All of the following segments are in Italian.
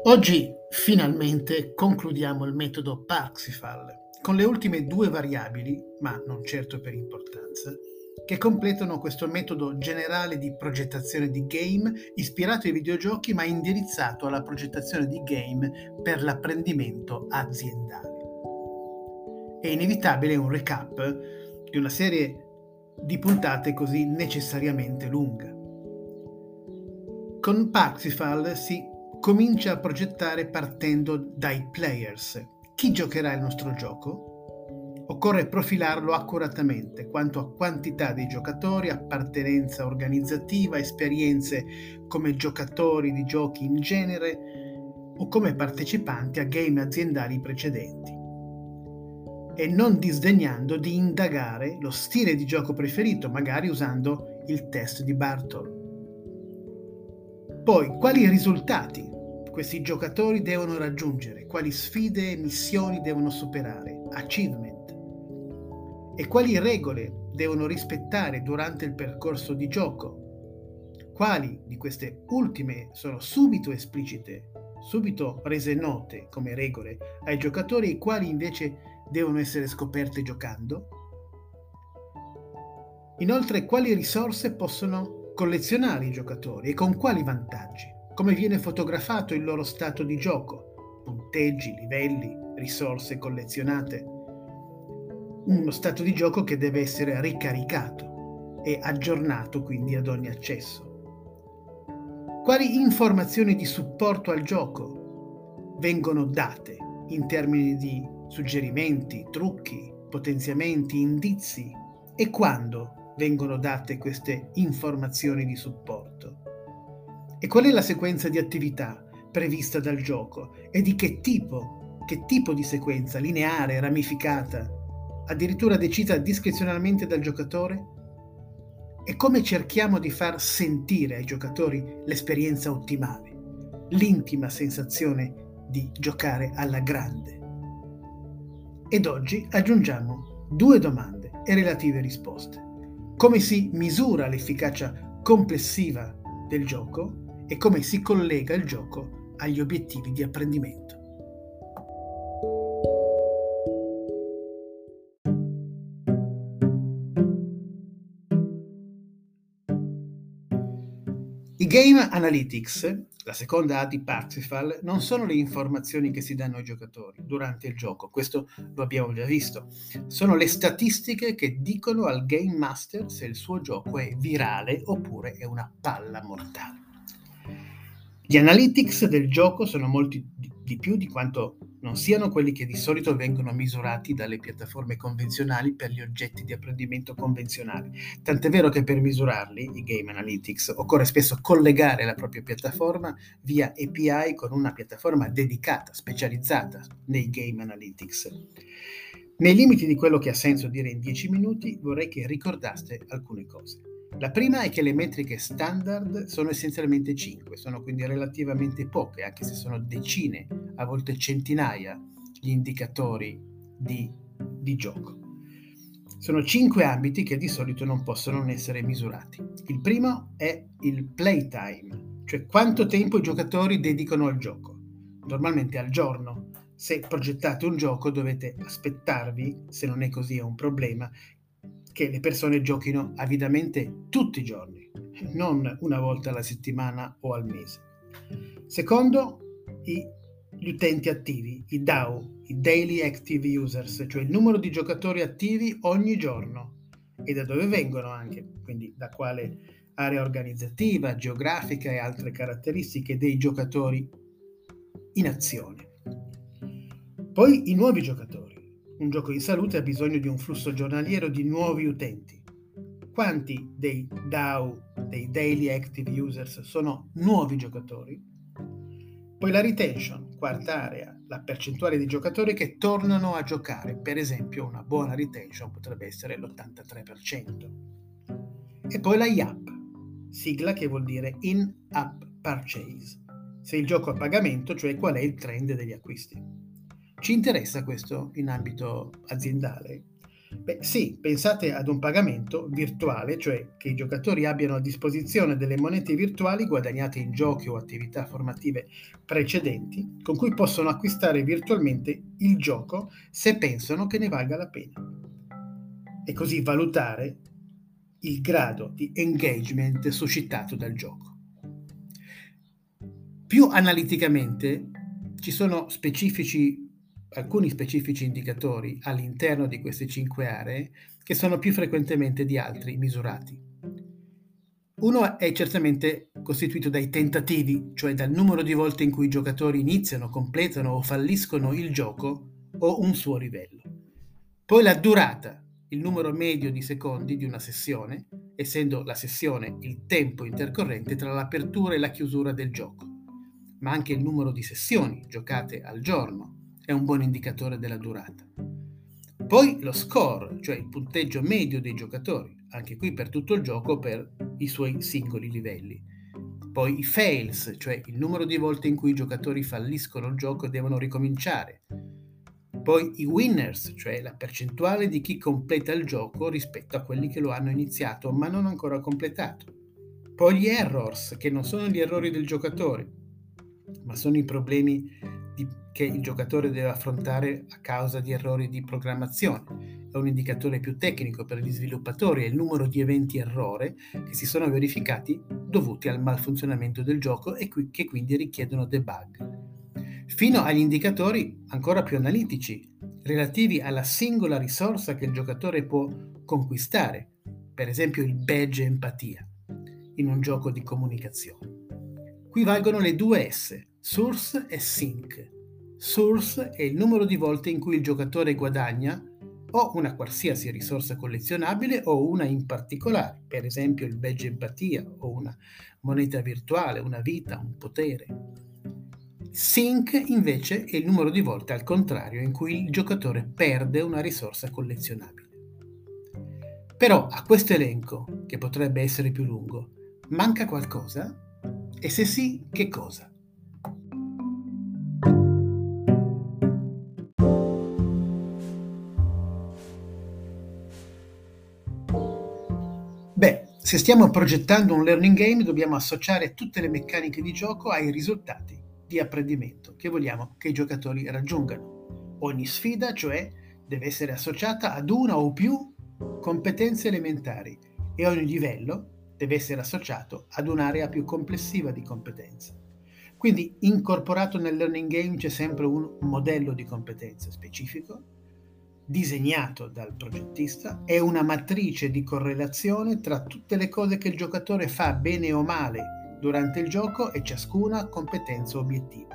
Oggi finalmente concludiamo il metodo Parsifal con le ultime due variabili, ma non certo per importanza, che completano questo metodo generale di progettazione di game ispirato ai videogiochi ma indirizzato alla progettazione di game per l'apprendimento aziendale. È inevitabile un recap di una serie di puntate così necessariamente lunga. Con Parsifal si comincia a progettare partendo dai players. Chi giocherà il nostro gioco? Occorre profilarlo accuratamente quanto a quantità dei giocatori, appartenenza organizzativa, esperienze come giocatori di giochi in genere o come partecipanti a game aziendali precedenti. E non disdegnando di indagare lo stile di gioco preferito, magari usando il test di Bartol. Poi, quali risultati questi giocatori devono raggiungere? Quali sfide e missioni devono superare? Achievement. E quali regole devono rispettare durante il percorso di gioco? Quali di queste ultime sono subito esplicite, subito rese note come regole ai giocatori e quali invece devono essere scoperte giocando? Inoltre, quali risorse possono collezionare i giocatori e con quali vantaggi? Come viene fotografato il loro stato di gioco? Punteggi, livelli, risorse collezionate. Uno stato di gioco che deve essere ricaricato e aggiornato quindi ad ogni accesso. Quali informazioni di supporto al gioco vengono date in termini di suggerimenti, trucchi, potenziamenti, indizi e quando vengono date queste informazioni di supporto? E qual è la sequenza di attività prevista dal gioco e di che tipo di sequenza, lineare, ramificata, addirittura decisa discrezionalmente dal giocatore? E come cerchiamo di far sentire ai giocatori l'esperienza ottimale, l'intima sensazione di giocare alla grande? Ed oggi aggiungiamo due domande e relative risposte. Come si misura l'efficacia complessiva del gioco e come si collega il gioco agli obiettivi di apprendimento? I Game Analytics, la seconda A di Parsifal, non sono le informazioni che si danno ai giocatori durante il gioco, questo lo abbiamo già visto. Sono le statistiche che dicono al Game Master se il suo gioco è virale oppure è una palla mortale. Gli analytics del gioco sono molti di più di quanto non siano quelli che di solito vengono misurati dalle piattaforme convenzionali per gli oggetti di apprendimento convenzionali. Tant'è vero che per misurarli, i Game Analytics, occorre spesso collegare la propria piattaforma via API con una piattaforma dedicata, specializzata nei Game Analytics. Nei limiti di quello che ha senso dire in 10 minuti, vorrei che ricordaste alcune cose. La prima è che le metriche standard sono essenzialmente 5, sono quindi relativamente poche, anche se sono decine, a volte centinaia, gli indicatori di gioco. Sono 5 ambiti che di solito non possono non essere misurati. Il primo è il playtime, cioè quanto tempo i giocatori dedicano al gioco, normalmente al giorno. Se progettate un gioco dovete aspettarvi, se non è così è un problema, che le persone giochino avidamente tutti i giorni, non una volta alla settimana o al mese. Secondo, gli utenti attivi, i DAO, i Daily Active Users, cioè il numero di giocatori attivi ogni giorno e da dove vengono anche, quindi da quale area organizzativa, geografica e altre caratteristiche dei giocatori in azione. Poi i nuovi giocatori. Un gioco in salute ha bisogno di un flusso giornaliero di nuovi utenti. Quanti dei DAO, dei Daily Active Users, sono nuovi giocatori? Poi la retention, quarta area, la percentuale di giocatori che tornano a giocare. Per esempio, una buona retention potrebbe essere l'83%. E poi la IAP, sigla che vuol dire In-App Purchase. Se il gioco è a pagamento, cioè qual è il trend degli acquisti. Ci interessa questo in ambito aziendale? Beh, sì, pensate ad un pagamento virtuale, cioè che i giocatori abbiano a disposizione delle monete virtuali guadagnate in giochi o attività formative precedenti, con cui possono acquistare virtualmente il gioco se pensano che ne valga la pena. E così valutare il grado di engagement suscitato dal gioco. Più analiticamente ci sono alcuni specifici indicatori all'interno di queste 5 aree che sono più frequentemente di altri misurati. Uno è certamente costituito dai tentativi, cioè dal numero di volte in cui i giocatori iniziano, completano o falliscono il gioco o un suo livello. Poi la durata, il numero medio di secondi di una sessione, essendo la sessione il tempo intercorrente tra l'apertura e la chiusura del gioco, ma anche il numero di sessioni giocate al giorno è un buon indicatore della durata. Poi lo score, cioè il punteggio medio dei giocatori, anche qui per tutto il gioco per i suoi singoli livelli. Poi i fails, cioè il numero di volte in cui i giocatori falliscono il gioco e devono ricominciare. Poi i winners, cioè la percentuale di chi completa il gioco rispetto a quelli che lo hanno iniziato ma non ancora completato. Poi gli errors, che non sono gli errori del giocatore, ma sono i problemi che il giocatore deve affrontare a causa di errori di programmazione. È un indicatore più tecnico per gli sviluppatori, è il numero di eventi errore che si sono verificati dovuti al malfunzionamento del gioco e che quindi richiedono debug. Fino agli indicatori ancora più analitici, relativi alla singola risorsa che il giocatore può conquistare, per esempio il badge empatia, in un gioco di comunicazione. Qui valgono le due S, source e sync. Source è il numero di volte in cui il giocatore guadagna o una qualsiasi risorsa collezionabile o una in particolare, per esempio il badge empatia o una moneta virtuale, una vita, un potere. Sync invece è il numero di volte al contrario in cui il giocatore perde una risorsa collezionabile. Però a questo elenco, che potrebbe essere più lungo, manca qualcosa? E se sì, che cosa? Beh, se stiamo progettando un learning game dobbiamo associare tutte le meccaniche di gioco ai risultati di apprendimento che vogliamo che i giocatori raggiungano. Ogni sfida, cioè, deve essere associata ad una o più competenze elementari e ogni livello deve essere associato ad un'area più complessiva di competenze. Quindi incorporato nel learning game c'è sempre un modello di competenze specifico, disegnato dal progettista, e una matrice di correlazione tra tutte le cose che il giocatore fa bene o male durante il gioco e ciascuna competenza obiettiva.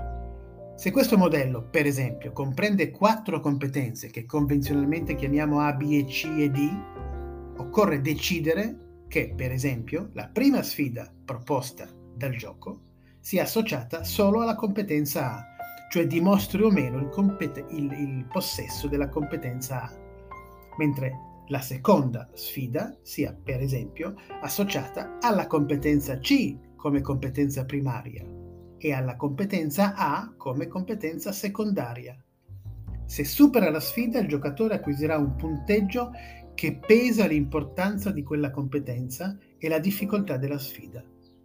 Se questo modello, per esempio, comprende 4 competenze che convenzionalmente chiamiamo A, B, C e D, occorre decidere che, per esempio, la prima sfida proposta dal gioco sia associata solo alla competenza A, cioè dimostri o meno il possesso della competenza A, mentre la seconda sfida sia, per esempio, associata alla competenza C come competenza primaria e alla competenza A come competenza secondaria. Se supera la sfida, il giocatore acquisirà un punteggio che pesa l'importanza di quella competenza e la difficoltà della sfida.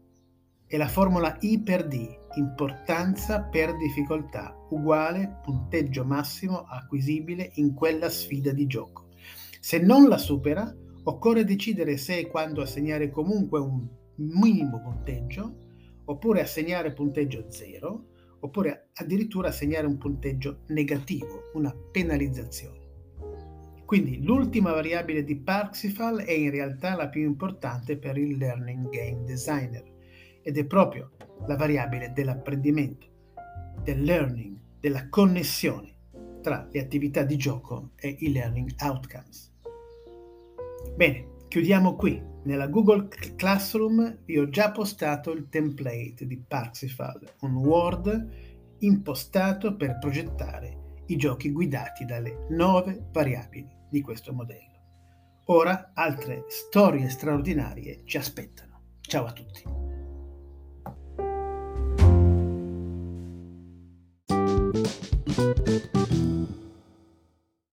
È la formula I per D, importanza per difficoltà, uguale punteggio massimo acquisibile in quella sfida di gioco. Se non la supera, occorre decidere se e quando assegnare comunque un minimo punteggio, oppure assegnare punteggio 0, oppure addirittura assegnare un punteggio negativo, una penalizzazione. Quindi l'ultima variabile di Parsifal è in realtà la più importante per il Learning Game Designer ed è proprio la variabile dell'apprendimento, del learning, della connessione tra le attività di gioco e i learning outcomes. Bene, chiudiamo qui. Nella Google Classroom vi ho già postato il template di Parsifal, un Word impostato per progettare i giochi guidati dalle 9 variabili di questo modello. Ora altre storie straordinarie ci aspettano. Ciao a tutti.